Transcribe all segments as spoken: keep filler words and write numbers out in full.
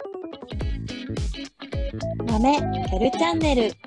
豆ギャルチャンネル。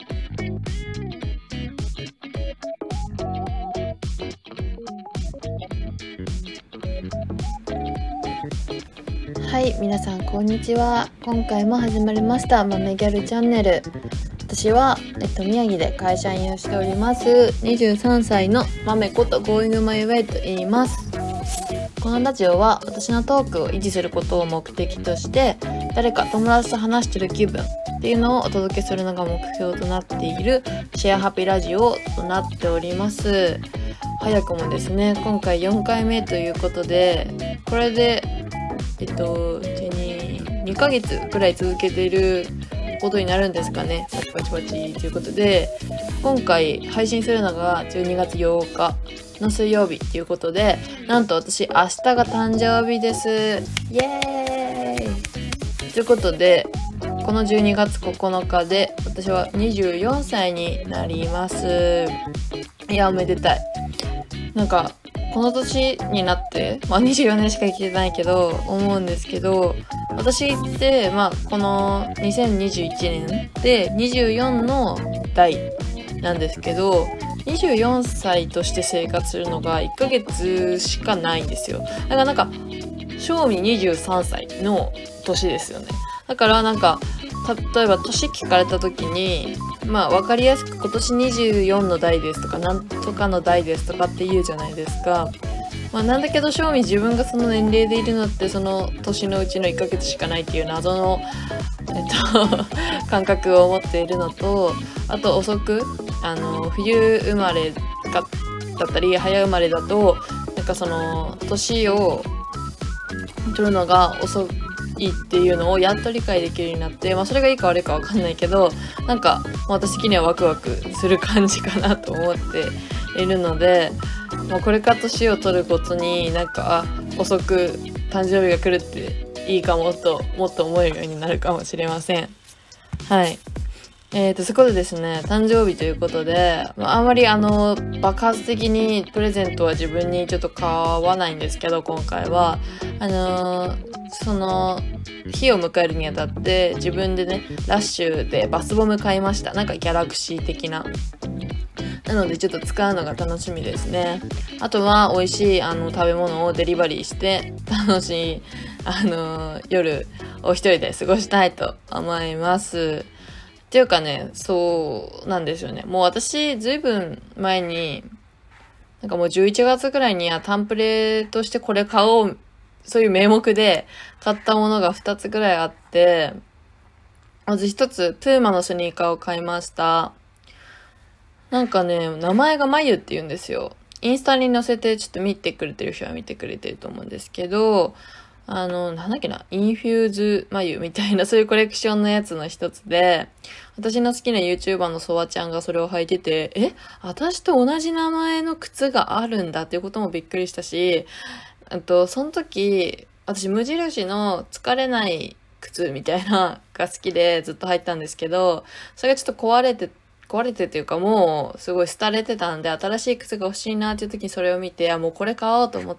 はい、皆さんこんにちは。今回も始まりました豆ギャルチャンネル。私は、えっと、宮城で会社員をしておりますにじゅうさんさいの豆ことゴーイングマイウェイと言います。このラジオは私のトークを維持することを目的として、誰か友達と話してる気分っていうのをお届けするのが目標となっているシェアハピラジオとなっております。早くもですね、今回よんかいめということで、これでえっとにかげつくらい続けていることになるんですかね。パチパチパチということで、今回配信するのがじゅうにがつようかの水曜日ということで、なんと私明日が誕生日です。イエーイということで、このじゅうにがつここのかで私はにじゅうよんさいになります。いや、おめでたい。なんかこの年になって、まあにじゅうよねんしか生きてないけど思うんですけど、私ってまあこのにせんにじゅういちねんでにじゅうよんの代なんですけど、にじゅうよんさいとして生活するのがいっかげつしかないんですよ。だからなんか正味にじゅうさんさいの年ですよね。だからなんか例えば年聞かれた時に、まあ分かりやすく今年にじゅうよんの代ですとかなんとかの代ですとかって言うじゃないですか。まあなんだけど正味自分がその年齢でいるのってその年のうちのいっかげつしかないっていう謎の、えっと、感覚を持っているのと、あと遅くあの冬生まれかだったり早生まれだとなんかその年を取るのが遅いっていうのをやっと理解できるようになって、まあそれがいいか悪いか分かんないけど、なんか私的にはワクワクする感じかなと思っているので、まあ、これから年を取ることになんか遅く誕生日が来るっていいかもともっと思えるようになるかもしれません。はい。えーと、そこでですね、誕生日ということで、まあ、あんまりあの爆発的にプレゼントは自分にちょっと買わないんですけど、今回はあのー、その日を迎えるにあたって自分でねラッシュでバスボム買いました。なんかギャラクシー的な。なのでちょっと使うのが楽しみですね。あとは美味しいあの食べ物をデリバリーして楽しいあのー、夜お一人で過ごしたいと思います。っていうかね、そうなんですよね。もう私ずいぶん前になんかもうじゅういちがつぐらいにはタンプレとしてこれ買おう、そういう名目で買ったものがふたつぐらいあって、まずひとつプーマのスニーカーを買いました。なんかね、名前がマユって言うんですよ。インスタに載せてちょっと見てくれてる人は見てくれてると思うんですけど、あの、なんだっけな、インフューズ眉みたいな、そういうコレクションのやつの一つで、私の好きな YouTuber のソワちゃんがそれを履いてて、え、私と同じ名前の靴があるんだっていうこともびっくりしたし、あと、その時、私無印の疲れない靴みたいなが好きでずっと履いてたんですけど、それがちょっと壊れて壊れてっていうかもうすごい廃れてたんで、新しい靴が欲しいなっていう時にそれを見て、あ、もうこれ買おうと思って、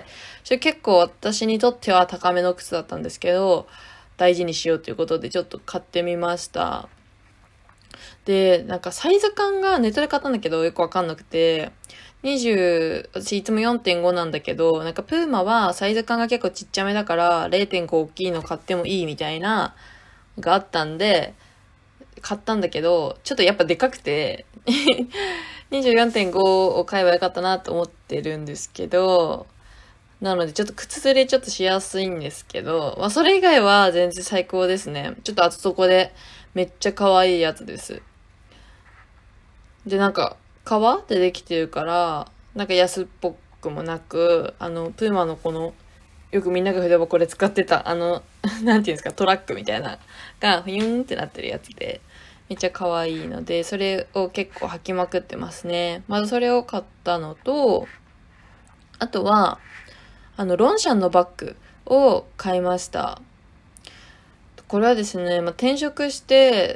それ結構私にとっては高めの靴だったんですけど、大事にしようということでちょっと買ってみました。で、なんかサイズ感がネットで買ったんだけどよくわかんなくて、にじゅう、私いつも よんてんご なんだけど、なんかプーマはサイズ感が結構ちっちゃめだから れいてんご 大きいの買ってもいいみたいながあったんで、買ったんだけど、ちょっとやっぱでかくてにじゅうよんてんご を買えばよかったなと思ってるんですけど、なのでちょっと靴ずれちょっとしやすいんですけど、まあそれ以外は全然最高ですね。ちょっと厚底でめっちゃ可愛いやつです。で、なんか革でできてるから、なんか安っぽくもなく、あの、プーマのこの、よくみんなが筆箱で使ってた、あの、なんていうんですか、トラックみたいな、が、ふゆーんってなってるやつで、めっちゃ可愛いので、それを結構履きまくってますね。まずそれを買ったのと、あとは、あの、ロンシャンのバッグを買いました。これはですね、まあ、転職して、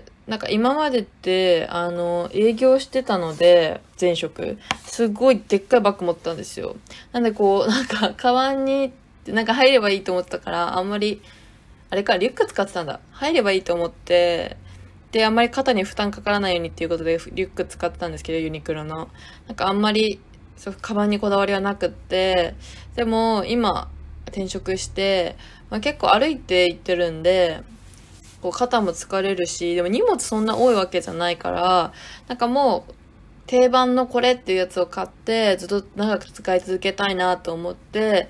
なんか今までって、あの、営業してたので、前職、すごいでっかいバッグ持ったんですよ。なんでこう、なんか、カバンに、なんか入ればいいと思ってたから、あんまり、 あれか、リュック使ってたんだ。入ればいいと思って、で、あんまり肩に負担かからないようにっていうことで、リュック使ってたんですけど、ユニクロの。なんかあんまり、そう、カバンにこだわりはなくって、でも、今、転職して、まあ、結構歩いて行ってるんで、こう肩も疲れるし、でも荷物そんな多いわけじゃないから、なんかもう、定番のこれっていうやつを買って、ずっと長く使い続けたいなと思って、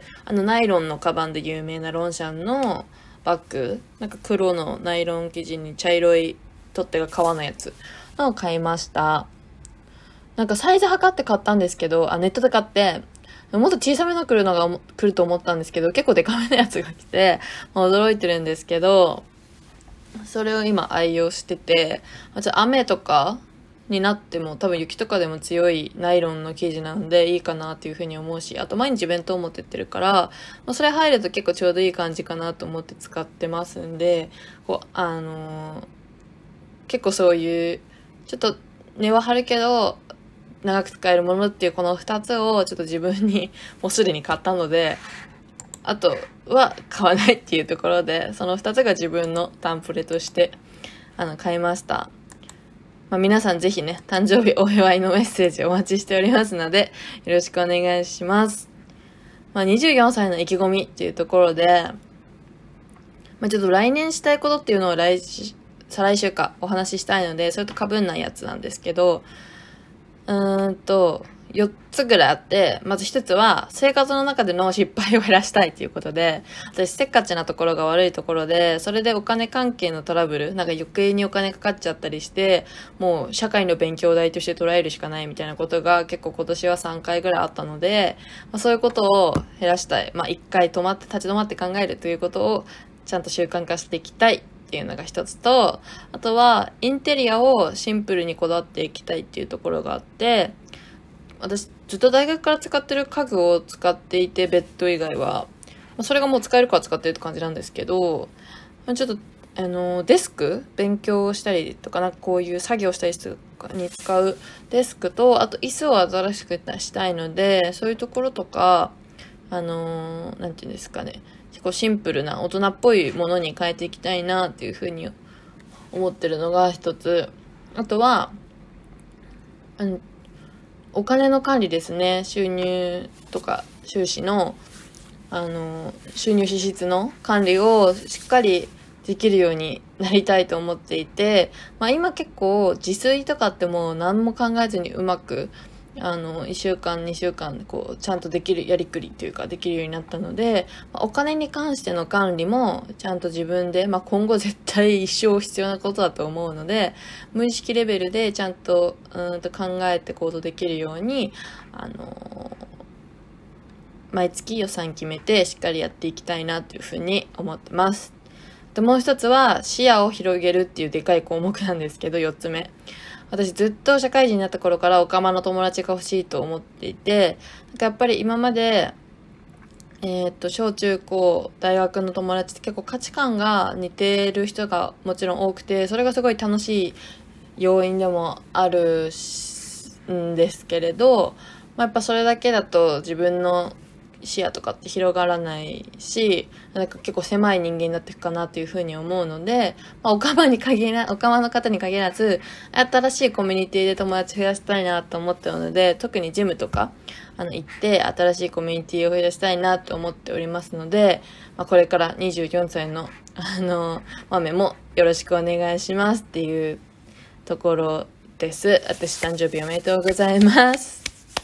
あの、ナイロンのカバンで有名なロンシャンのバッグ、なんか黒のナイロン生地に茶色い取っ手が革のやつのを買いました。なんかサイズ測って買ったんですけど、あ、ネットで買って、もっと小さめの来るのが来ると思ったんですけど、結構デカめのやつが来て、まあ驚いてるんですけど、それを今愛用してて、まあちょっと雨とかになっても多分雪とかでも強いナイロンの生地なんでいいかなっていうふうに思うし、あと毎日弁当持ってってるから、まあ、それ入ると結構ちょうどいい感じかなと思って使ってますんで、こう、あのー結構そういう、ちょっと値は張るけど、長く使えるものっていうこの二つをちょっと自分にもうすでに買ったので、あとは買わないっていうところで、その二つが自分のタンプレとして、あの、買いました。まあ、皆さんぜひね、誕生日お祝いのメッセージお待ちしておりますので、よろしくお願いします。まあ、にじゅうよんさいの意気込みっていうところで、まあ、ちょっと来年したいことっていうのを来、再来週かお話ししたいので、それと被んないやつなんですけど、うーんと、よっつぐらいあって、まずひとつは、生活の中での失敗を減らしたいということで、私せっかちなところが悪いところで、それでお金関係のトラブル、なんか余計にお金かかっちゃったりして、もう社会の勉強代として捉えるしかないみたいなことが結構今年はさんかいぐらいあったので、まあ、そういうことを減らしたい。まあいっかい止まって、立ち止まって考えるということをちゃんと習慣化していきたいっていうのが一つと、あとはインテリアをシンプルにこだわっていきたいっていうところがあって、私ずっと大学から使ってる家具を使っていて、ベッド以外はそれがもう使えるから使ってるって感じなんですけど、ちょっとあのデスク勉強をしたりとか、なんかこういう作業したりとかに使うデスクと、あと椅子を新しくしたいので、そういうところとか、あのなんていうんですかね、結構シンプルな大人っぽいものに変えていきたいなっていうふうに思ってるのが一つ。あとは、うん、お金の管理ですね。収入とか収支の、あの、収入支出の管理をしっかりできるようになりたいと思っていて、まあ今結構自炊とかってもう何も考えずにうまく、あの、いっしゅうかん、にしゅうかん、こう、ちゃんとできる、やりくりっていうか、できるようになったので、まあお金に関しての管理も、ちゃんと自分で、まあ今後絶対一生必要なことだと思うので、無意識レベルでちゃんと、うんと考えて行動できるように、あの毎月予算決めてしっかりやっていきたいなというふうに思ってます。で、もう一つは視野を広げるっていうでかい項目なんですけど、四つ目。私ずっと社会人になった頃からオカマの友達が欲しいと思っていて、なんかやっぱり今まで、えーっと、小中高、大学の友達って結構価値観が似てる人がもちろん多くて、それがすごい楽しい要因でもあるんですけれど、まあ、やっぱそれだけだと自分の視野とかって広がらないし、なんか結構狭い人間になっていくかなっていうふうに思うので、まあ、おかまに限ら、おかまの方に限らず、新しいコミュニティで友達増やしたいなと思ってるので、特にジムとか、あの、行って新しいコミュニティを増やしたいなと思っておりますので、まあ、これからにじゅうよんさいの、あの、豆もよろしくお願いしますっていうところです。私誕生日おめでとうございます。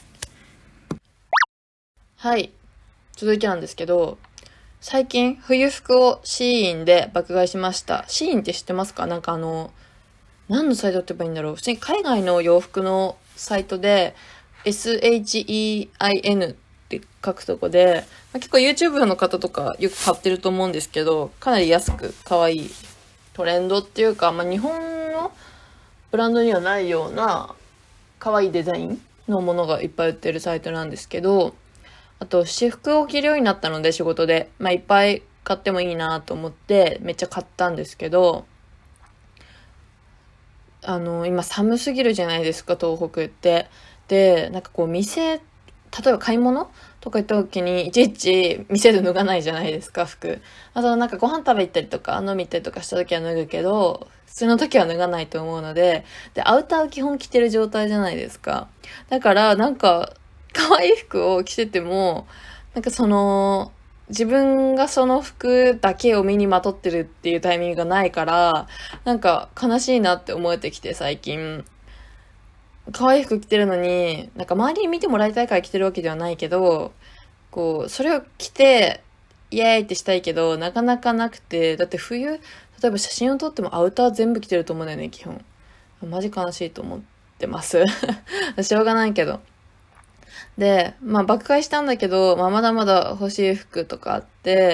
はい。続いてなんですけど、最近冬服をシーインで爆買いしました。シーインって知ってますか？なんかあの、何のサイトって言えばいいんだろう。普通に海外の洋服のサイトで、エスエイチイーアイエヌ って書くとこで、まあ、結構 YouTube の方とかよく買ってると思うんですけど、かなり安く可愛いトレンドっていうか、まあ、日本のブランドにはないような可愛いデザインのものがいっぱい売ってるサイトなんですけど、あと、私服を着るようになったので、仕事で。まあ、いっぱい買ってもいいなと思って、めっちゃ買ったんですけど、あの、今寒すぎるじゃないですか、東北って。で、なんかこう、店例えば買い物とか行った時にいちいち店で脱がないじゃないですか、服。あとなんかご飯食べ行ったりとか飲み行ったりとかした時は脱ぐけど、普通の時は脱がないと思うので、で、アウターを基本着てる状態じゃないですか。だからなんか可愛い服を着てても、なんかその、自分がその服だけを身にまとってるっていうタイミングがないから、なんか悲しいなって思えてきて最近。可愛い服着てるのに、なんか周りに見てもらいたいから着てるわけではないけど、こう、それを着て、イエーイってしたいけど、なかなかなくて、だって冬、例えば写真を撮ってもアウター全部着てると思うんだよね、基本。マジ悲しいと思ってます。しょうがないけど。で、まあ爆買いしたんだけど、まあまだまだ欲しい服とかあって、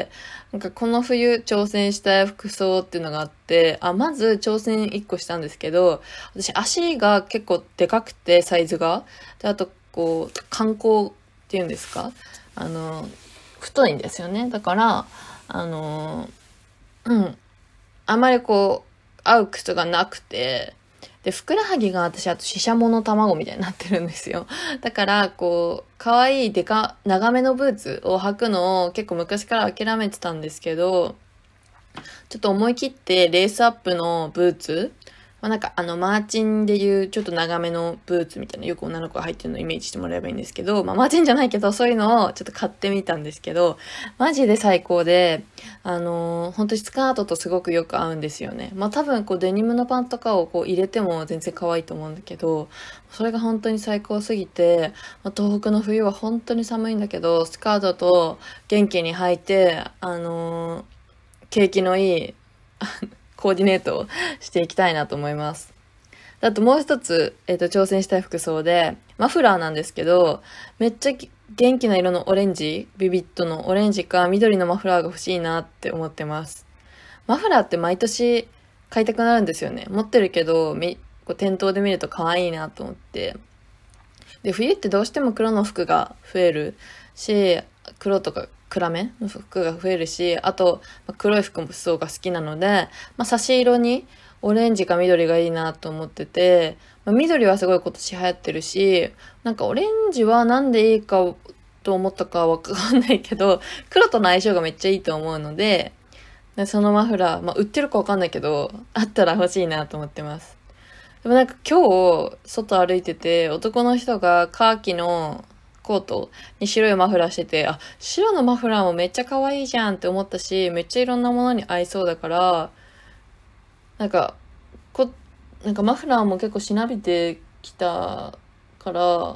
なんかこの冬挑戦したい服装っていうのがあって、あ、まず挑戦いっこしたんですけど、私足が結構でかくて、サイズが。で、あと、こう、観光っていうんですか？あの、太いんですよね。だから、あの、うん。あまりこう、合う靴がなくて、で、ふくらはぎが私、あと、シシャモの卵みたいになってるんですよ。だから、こう、可愛いでか、長めのブーツを履くのを結構昔から諦めてたんですけど、ちょっと思い切ってレースアップのブーツ、まあ、なんかあのマーチンでいうちょっと長めのブーツみたいなよく女の子が入ってるのをイメージしてもらえばいいんですけど、まあマーチンじゃないけどそういうのをちょっと買ってみたんですけど、マジで最高で、あのー、本当にスカートとすごくよく合うんですよね。まあ多分こうデニムのパンとかをこう入れても全然可愛いと思うんだけど、それが本当に最高すぎて、まあ、東北の冬は本当に寒いんだけど、スカートと元気に履いて、あのー、景気のいいコーディネートをしていきたいなと思います。あともう一つ、えっと、挑戦したい服装で、マフラーなんですけど、めっちゃ元気な色のオレンジ、ビビットのオレンジか緑のマフラーが欲しいなって思ってます。マフラーって毎年買いたくなるんですよね。持ってるけど、みこう店頭で見ると可愛いなと思って。で、冬ってどうしても黒の服が増えるし、黒とか暗めの服が増えるし、あと、まあ、黒い服も層が好きなので、まあ、差し色にオレンジか緑がいいなと思ってて、まあ、緑はすごい今年流行ってるし、なんかオレンジはなんでいいかと思ったかわかんないけど、黒との相性がめっちゃいいと思うので、でそのマフラー、まあ、売ってるかわかんないけど、あったら欲しいなと思ってます。でもなんか今日、外歩いてて、男の人がカーキのコートに白いマフラーしてて、あ、白のマフラーもめっちゃ可愛いじゃんって思ったし、めっちゃいろんなものに合いそうだから、なんか、こ、なんかマフラーも結構しなびてきたから、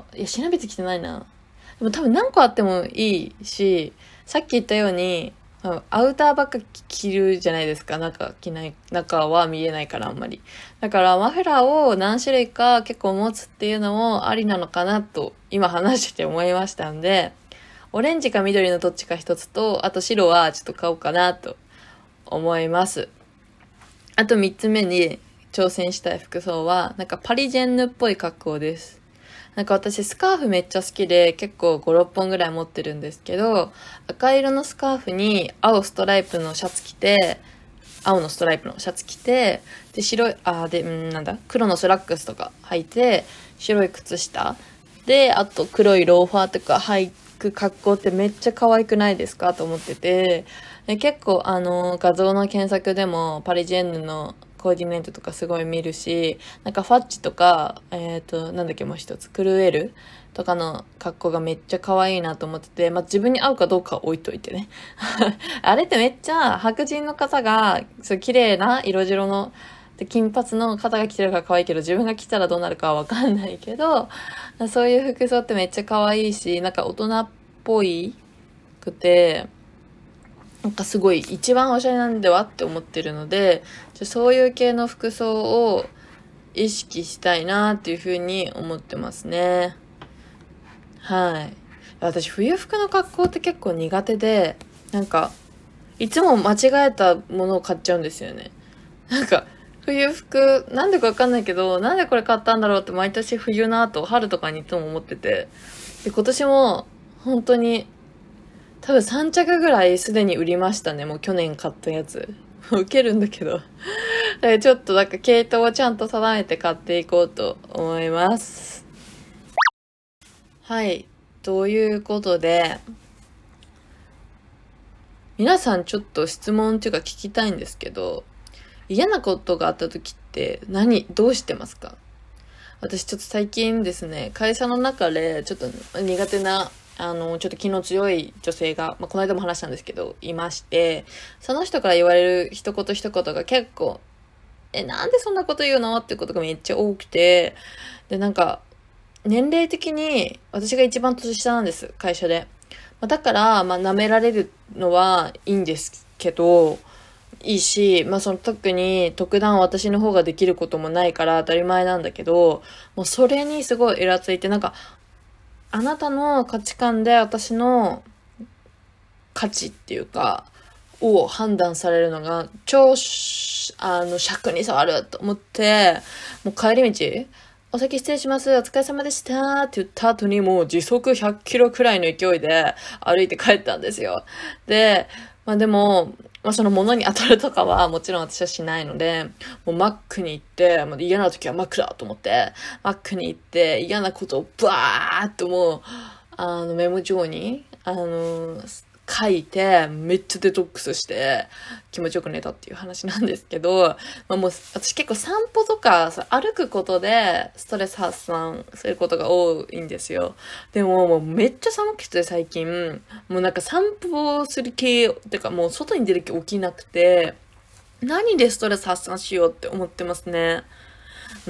いや、しなびてきてないな。でも多分何個あってもいいし、さっき言ったように、アウターばっか着るじゃないですか。中着ない、中は見えないからあんまり。だからマフラーを何種類か結構持つっていうのもありなのかなと今話して思いましたんで、オレンジか緑のどっちか一つと、あと白はちょっと買おうかなと思います。あと三つ目に挑戦したい服装は、なんかパリジェンヌっぽい格好です。なんか私スカーフめっちゃ好きで結構ご、ろっぽんぐらい持ってるんですけど、赤色のスカーフに青ストライプのシャツ着て、青のストライプのシャツ着て、で白い、あ、で、んなんだ、黒のスラックスとか履いて、白い靴下で、あと黒いローファーとか履く格好ってめっちゃ可愛くないですかと思ってて、で結構あの画像の検索でもパリジェンヌのコーディネートとかすごい見るし、なんかファッチとか、えっと、なんだっけもう一つ、クルエルとかの格好がめっちゃ可愛いなと思ってて、まあ、自分に合うかどうかは置いといてね。あれってめっちゃ白人の方が、そう、綺麗な色白の、で金髪の方が着てるから可愛いけど、自分が着たらどうなるかはわかんないけど、そういう服装ってめっちゃ可愛いし、なんか大人っぽいくて、なんかすごい一番おしゃれなんではって思ってるので、そういう系の服装を意識したいなっていうふうに思ってますね。はい。私冬服の格好って結構苦手で、なんかいつも間違えたものを買っちゃうんですよね。なんか冬服なんでかわかんないけど、なんでこれ買ったんだろうって毎年冬の後春とかにいつも思ってて、で今年も本当に多分さん着ぐらいすでに売りましたね。もう去年買ったやつ。受けるんだけど。だからちょっとなんか系統をちゃんと定めて買っていこうと思います。はい。 ということで、皆さんちょっと質問っていうか聞きたいんですけど、嫌なことがあった時って何、どうしてますか？私ちょっと最近ですね、会社の中でちょっと苦手な、あの、ちょっと気の強い女性が、まあ、この間も話したんですけど、いまして、その人から言われる一言一言が結構、え、なんでそんなこと言うのっていうことがめっちゃ多くて、で、なんか、年齢的に私が一番年下なんです、会社で。まあ、だから、まあ、舐められるのはいいんですけど、いいし、まあその特に特段私の方ができることもないから当たり前なんだけど、もうそれにすごいイラついて、なんか、あなたの価値観で私の価値っていうか、を判断されるのが超、あの、尺に触ると思って、もう帰り道、お先失礼します。お疲れ様でしたって言った後にもう時速ひゃっキロくらいの勢いで歩いて帰ったんですよ。で、まあでも、まあその物に当たるとかはもちろん私はしないので、もうマックに行って、もう嫌な時はマックだと思って、マックに行って嫌なことをバーっともう、あのメモ帳に、あの、書いて、めっちゃデトックスして、気持ちよく寝たっていう話なんですけど、まあもう、私結構散歩とか、歩くことで、ストレス発散することが多いんですよ。でも、もうめっちゃ寒くて最近、もうなんか散歩する気、てかもう外に出る気起きなくて、何でストレス発散しようって思ってますね。うん。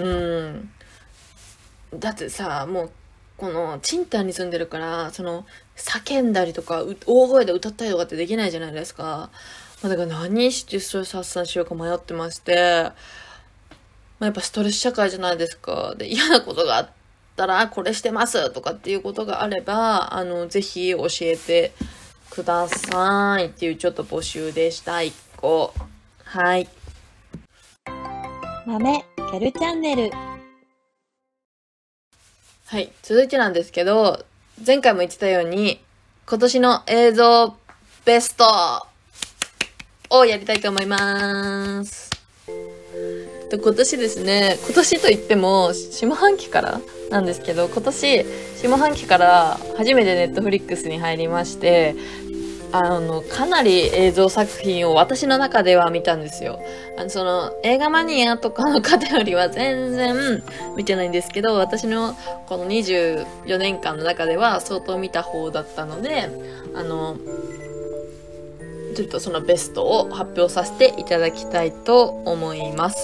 だってさ、もう、この、賃貸に住んでるから、その、叫んだりとか、う大声で歌ったりとかってできないじゃないですか。まあ、だから何してストレス発散しようか迷ってまして、まあ、やっぱストレス社会じゃないですか。で、嫌なことがあったら、これしてますとかっていうことがあれば、あの、ぜひ教えてくださいっていうちょっと募集でした。一個。はい。 豆ギャルチャンネル。 はい。続いてなんですけど、前回も言ってたように、今年の映像ベストをやりたいと思います。で今年ですね、今年といっても下半期からなんですけど、今年下半期から初めてネットフリックスに入りまして、あの、かなり映像作品を私の中では見たんですよ。あの、その、映画マニアとかの方よりは全然見てないんですけど、私のこのにじゅうよねんかんの中では相当見た方だったので、あの、ちょっとそのベストを発表させていただきたいと思います。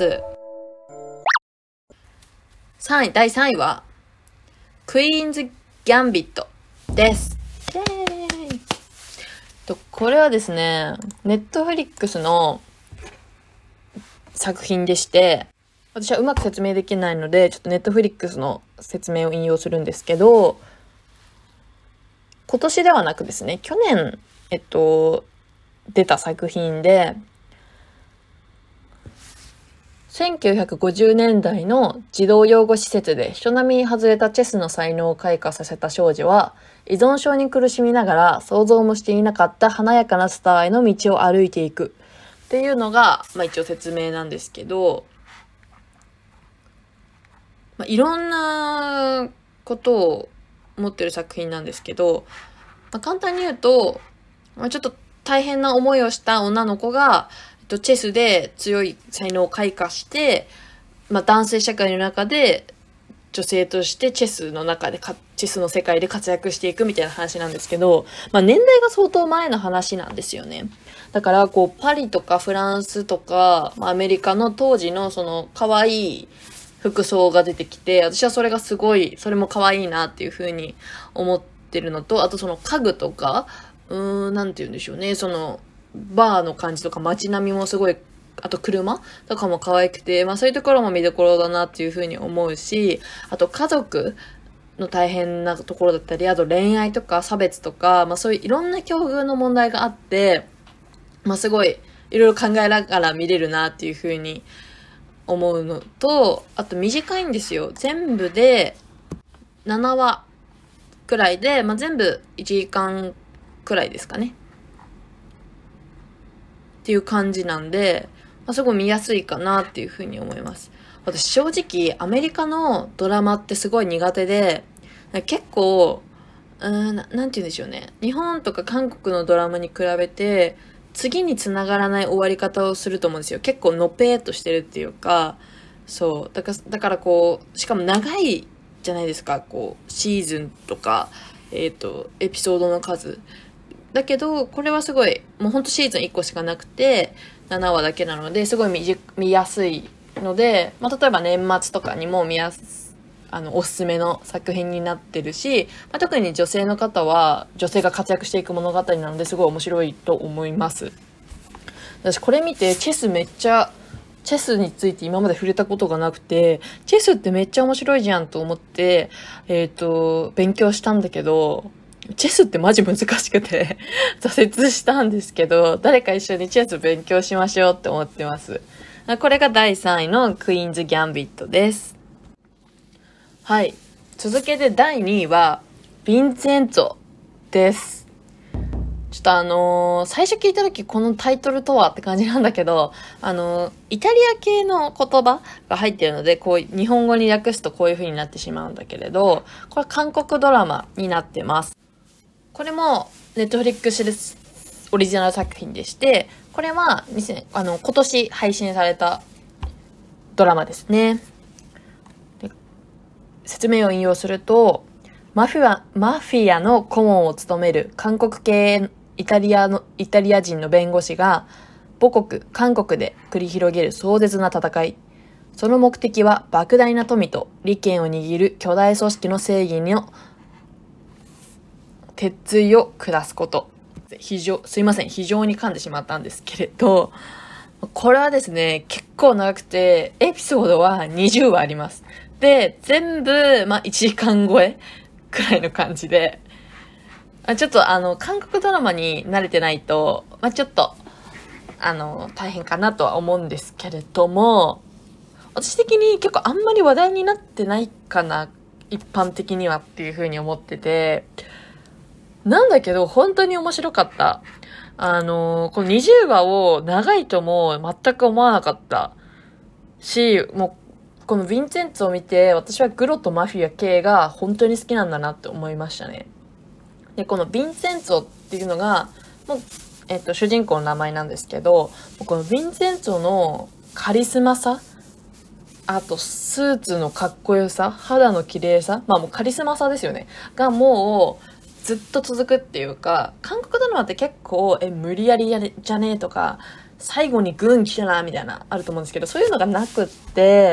さんい、だいさんいは、クイーンズ・ギャンビットです。イェーイ。これはですね、ネットフリックスの作品でして、私はうまく説明できないので、ちょっとネットフリックスの説明を引用するんですけど、今年ではなくですね、去年、えっと、出た作品で、せんきゅうひゃくごじゅうねんだいの児童養護施設で人並みに外れたチェスの才能を開花させた少女は、依存症に苦しみながら想像もしていなかった華やかなスターへの道を歩いていくっていうのが、まあ一応説明なんですけど、まあ、いろんなことを持ってる作品なんですけど、まあ、簡単に言うと、まあ、ちょっと大変な思いをした女の子が、チェスで強い才能を開花して、まあ、男性社会の中で女性としてチェスの中でか、チェスの世界で活躍していくみたいな話なんですけど、まあ、年代が相当前の話なんですよね。だから、こう、パリとかフランスとか、アメリカの当時のその可愛い服装が出てきて、私はそれがすごい、それも可愛いなっていう風に思ってるのと、あとその家具とか、うーん、なんて言うんでしょうね、その、バーの感じとか街並みもすごい、あと車とかも可愛くて、まあそういうところも見どころだなっていうふうに思うし、あと家族の大変なところだったり、あと恋愛とか差別とか、まあそういういろんな境遇の問題があって、まあすごいいろいろ考えながら見れるなっていうふうに思うのと、あと短いんですよ。全部でななわくらいで、まあ全部いちじかんくらいですかね。っていう感じなんで、まあ、すごい見やすいかなっていうふうに思います。私正直アメリカのドラマってすごい苦手で、結構うーんな、なんて言うんでしょうね。日本とか韓国のドラマに比べて、次につながらない終わり方をすると思うんですよ。結構のぺーっとしてるっていうか、そう。だから、だからこう、しかも長いじゃないですか。こう、シーズンとか、えっと、エピソードの数。だけど、これはすごい、もうほんとシーズンいっこしかなくて、ななわだけなので、すごい見じ見やすいので、まあ、例えば年末とかにも見やす、あの、おすすめの作品になってるし、まあ、特に女性の方は、女性が活躍していく物語なので、すごい面白いと思います。私これ見て、チェスめっちゃ、チェスについて今まで触れたことがなくて、チェスってめっちゃ面白いじゃんと思って、えっと、勉強したんだけど、チェスってマジ難しくて挫折したんですけど、誰か一緒にチェス勉強しましょうって思ってます。これがだいさんいのクイーンズ・ギャンビットです。はい。続けてだいにいは、ヴィンチェンツォです。ちょっとあのー、最初聞いた時このタイトルとはって感じなんだけど、あのー、イタリア系の言葉が入ってるので、こう、日本語に訳すとこういう風になってしまうんだけれど、これ韓国ドラマになってます。これも、ネットフリックスでオリジナル作品でして、これは、あの、今年配信されたドラマですね。で、説明を引用すると、マフィア、マフィアの顧問を務める韓国系イタリアの、イタリア人の弁護士が母国、韓国で繰り広げる壮絶な戦い。その目的は莫大な富と利権を握る巨大組織の正義の鉄槌を下すこと。非常、すいません。非常に噛んでしまったんですけれど、これはですね、結構長くて、エピソードはにじゅうわあります。で、全部、まあ、いちじかん超えくらいの感じで、ちょっとあの、韓国ドラマに慣れてないと、まあ、ちょっと、あの、大変かなとは思うんですけれども、私的に結構あんまり話題になってないかな、一般的にはっていう風に思ってて、なんだけど本当に面白かった。あの、このにじゅうわを長いとも全く思わなかったし、もう、このヴィンチェンツを見て、私はグロとマフィア系が本当に好きなんだなって思いましたね。で、このヴィンチェンツォっていうのが、もう、えっと、主人公の名前なんですけど、このヴィンチェンツォのカリスマさ、あと、スーツのかっこよさ、肌の綺麗さ、まあもうカリスマさですよね。がもう、ずっと続くっていうか、韓国ドラマって結構、え、無理やりやれじゃねえとか、最後にグーン来たな、みたいな、あると思うんですけど、そういうのがなくって、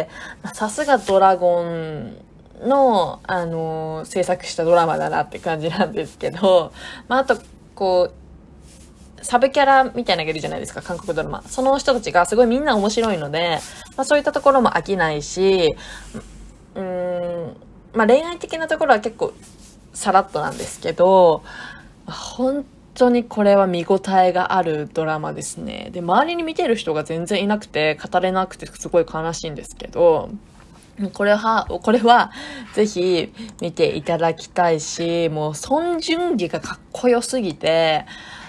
さすがドラゴンの、あのー、制作したドラマだなって感じなんですけど、まあ、あと、こう、サブキャラみたいなのがいるじゃないですか、韓国ドラマ。その人たちがすごいみんな面白いので、まあ、そういったところも飽きないし、うーん、まあ、恋愛的なところは結構、さらっとなんですけど、本当にこれは見応えがあるドラマですね。で、周りに見てる人が全然いなくて、語れなくてすごい悲しいんですけど、これは、これは、ぜひ見ていただきたいし、もう、ソン・ジュンギがかっこよすぎて、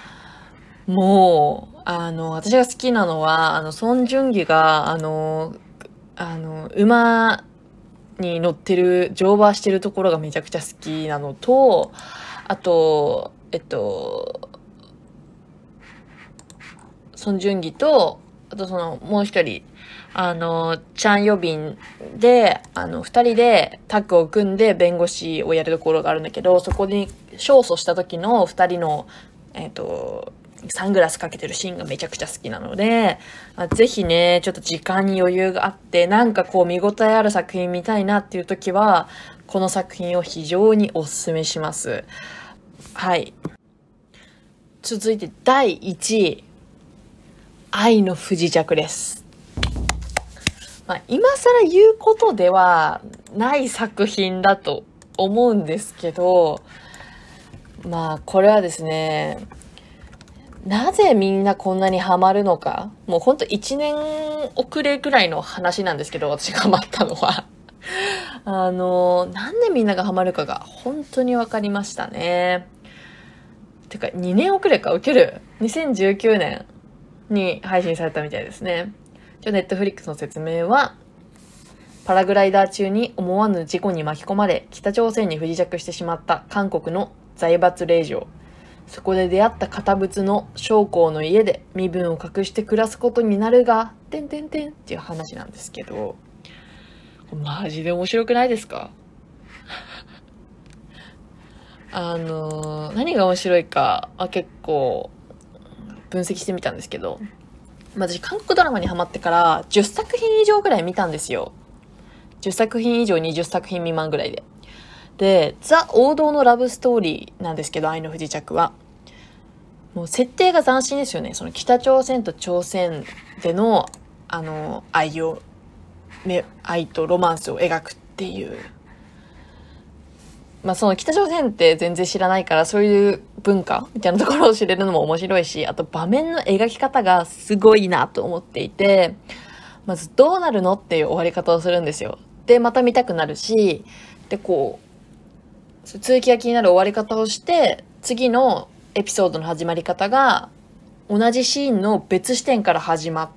もう、あの、私が好きなのは、あの、ソン・ジュンギが、あの、あの、馬、に乗ってる、乗馬してるところがめちゃくちゃ好きなのと、あと、えっと、ソン・ジュンギと、あとその、もう一人、あの、チャン・ヨビンで、あの、二人でタッグを組んで弁護士をやるところがあるんだけど、そこに勝訴した時の二人の、えっと、サングラスかけてるシーンがめちゃくちゃ好きなので、ぜひね、ちょっと時間に余裕があって、なんかこう見応えある作品見たいなっていう時は、この作品を非常にお勧めします。はい。続いてだいいちい、愛の不時着です。まあ、今更言うことではない作品だと思うんですけど、まあ、これはですね、なぜみんなこんなにハマるのか。もうほんといちねん遅れぐらいの話なんですけど、私がハマったのは。あの、なんでみんながハマるかが本当に分かりましたね。てか、にねん遅れか、受ける。にせんじゅうきゅうねんに配信されたみたいですね。じゃあ、ネットフリックスの説明は、パラグライダー中に思わぬ事故に巻き込まれ、北朝鮮に不時着してしまった韓国の財閥令嬢。そこで出会った堅物の将校の家で身分を隠して暮らすことになるが、てんてんてんっていう話なんですけど、マジで面白くないですか？あのー、何が面白いか、あ、結構分析してみたんですけど、私韓国ドラマにハマってからじゅっさく品以上ぐらい見たんですよ。じゅっさく品以上にじゅっさく品未満ぐらいで。で、ザ王道のラブストーリーなんですけど、愛の不時着は。もう設定が斬新ですよね。その北朝鮮と朝鮮での、あの、愛を、愛とロマンスを描くっていう。まあその北朝鮮って全然知らないから、そういう文化みたいなところを知れるのも面白いし、あと場面の描き方がすごいなと思っていて、まずどうなるのっていう終わり方をするんですよ。で、また見たくなるし、で、こう、続きが気になる終わり方をして、次のエピソードの始まり方が同じシーンの別視点から始まって、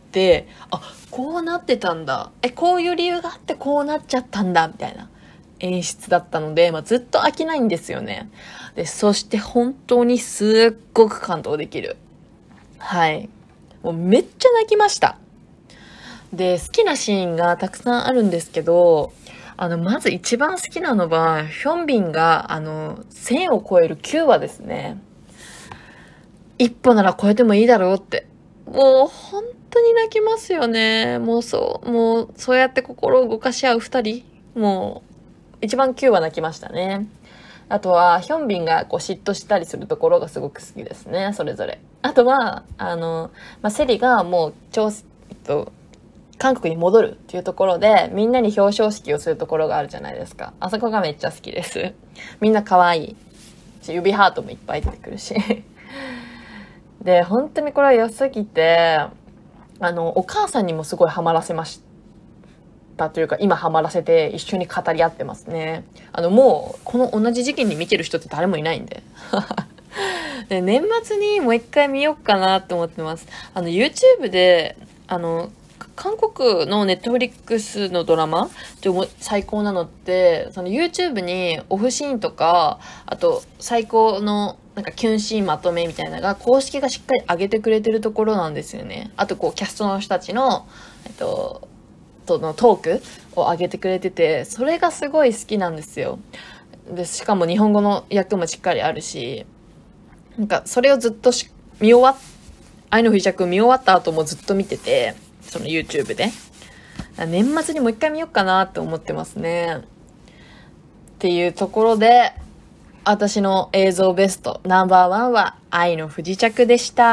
あ、こうなってたんだ。え、こういう理由があってこうなっちゃったんだ、みたいな演出だったので、まあ、ずっと飽きないんですよね。で、そして本当にすっごく感動できる。はい。もうめっちゃ泣きました。で、好きなシーンがたくさんあるんですけど、あの、まず一番好きなのは、ヒョンビンが、あの、せんを超えるきゅうわですね。一歩なら超えてもいいだろうって。もう、本当に泣きますよね。もうそう、もう、そうやって心を動かし合う二人。もう、一番きゅうわ泣きましたね。あとは、ヒョンビンがこう嫉妬したりするところがすごく好きですね、それぞれ。あとは、あの、まあ、セリがもう、超、えっと、韓国に戻るっていうところでみんなに表彰式をするところがあるじゃないですか。あそこがめっちゃ好きです。みんな可愛いし、指ハートもいっぱい出てくるしで、本当にこれは良すぎて、あのお母さんにもすごいハマらせましたというか、今ハマらせて一緒に語り合ってますね。あのもうこの同じ時期に見てる人って誰もいないんでで、年末にもう一回見ようかなって思ってます。あの YouTube であの韓国のネットフリックスのドラマで最高なのって、その YouTube にオフシーンとか、あと最高のなんかキュンシーンまとめみたいなのが公式がしっかり上げてくれてるところなんですよね。あとこうキャストの人たちの、えっと、とのトークを上げてくれてて、それがすごい好きなんですよ。で、しかも日本語の訳もしっかりあるし、なんかそれをずっとし見終わっ愛の不時着見終わった後もずっと見てて、その YouTube で年末にもう一回見ようかなって思ってますね。っていうところで、私の映像ベストナンバーワンは愛の不時着でした。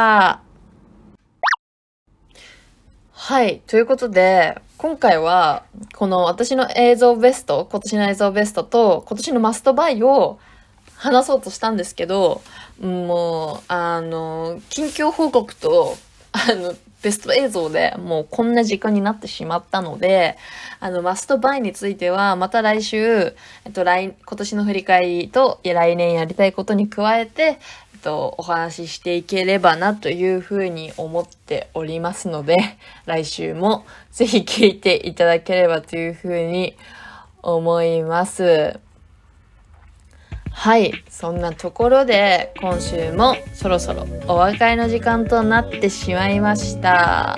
はい、ということで今回はこの私の映像ベスト、今年の映像ベストと今年のマストバイを話そうとしたんですけど、もうあの近況報告とあのベスト映像でもうこんな時間になってしまったので、あのマストバイについてはまた来週、えっと来今年の振り返りと来年やりたいことに加えて、えっとお話ししていければなというふうに思っておりますので、来週もぜひ聞いていただければというふうに思います。はい、そんなところで今週もそろそろお別れの時間となってしまいました。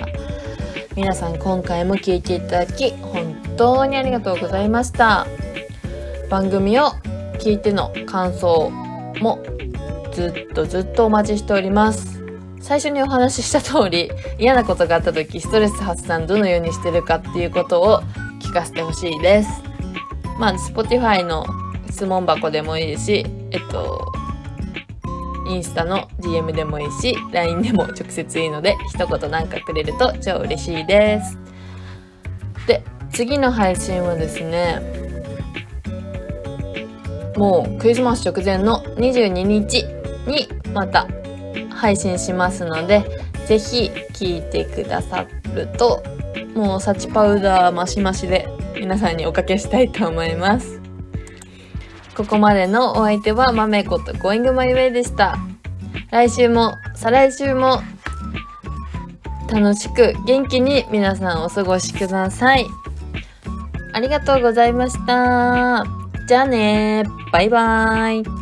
皆さん今回も聞いていただき本当にありがとうございました。番組を聞いての感想もずっとずっとお待ちしております。最初にお話しした通り、嫌なことがあった時ストレス発散どのようにしてるかっていうことを聞かせてほしいです。まあ Spotify の質問箱でもいいですし、えっとインスタの ディーエム でもいいし、 ライン でも直接いいので一言なんかくれると超嬉しいです。で、次の配信はですね、もうクリスマス直前のにじゅうににちにまた配信しますので、ぜひ聞いてくださると、もうサチパウダーマシマシで皆さんにおかけしたいと思います。ここまでのお相手はまめこと Going My Way でした。来週も再来週も楽しく元気に皆さんお過ごしください。ありがとうございました。じゃあね、バイバイ。